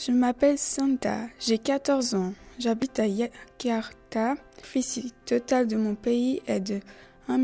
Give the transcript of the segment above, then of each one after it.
Je m'appelle Santa, j'ai 14 ans. J'habite à Jakarta. La superficie totale de mon pays est de 1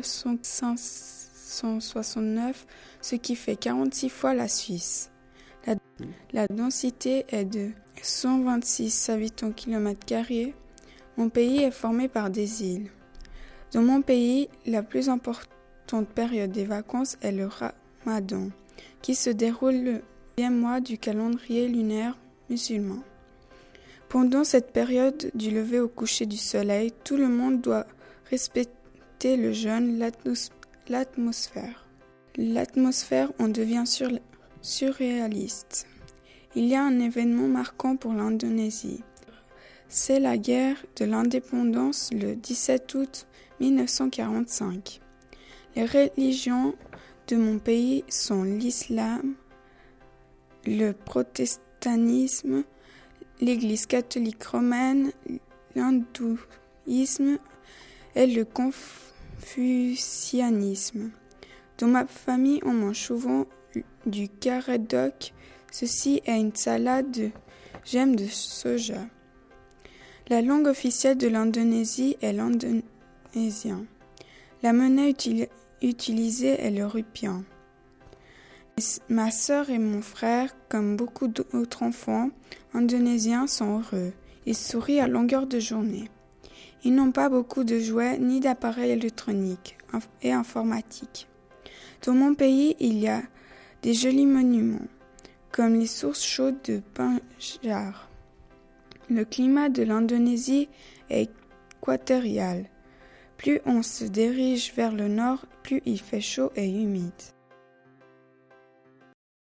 969 000, ce qui fait 46 fois la Suisse. La densité est de 126 habitants km². Mon pays est formé par des îles. Dans mon pays, la plus importante période des vacances est le Ramadan, qui se déroule le 10e mois du calendrier lunaire musulman. Pendant cette période du lever au coucher du soleil, tout le monde doit respecter le jeûne, l'atmosphère. L'atmosphère en devient surréaliste. Il y a un événement marquant pour l'Indonésie. C'est la guerre de l'indépendance le 17 août 1945. Les religions de mon pays sont l'islam, le protestantisme, l'Église catholique romaine, l'hindouisme et le confucianisme. Dans ma famille, on mange souvent du karedok. Ceci est une salade de gemmes de soja. La langue officielle de l'Indonésie est l'indonésien. La monnaie utilisée est le rupiah. Ma sœur et mon frère, comme beaucoup d'autres enfants indonésiens, sont heureux. Ils sourient à longueur de journée. Ils n'ont pas beaucoup de jouets ni d'appareils électroniques et informatiques. Dans mon pays, il y a des jolis monuments, comme les sources chaudes de Banjar. Le climat de l'Indonésie est équatorial. Plus on se dirige vers le nord, plus il fait chaud et humide.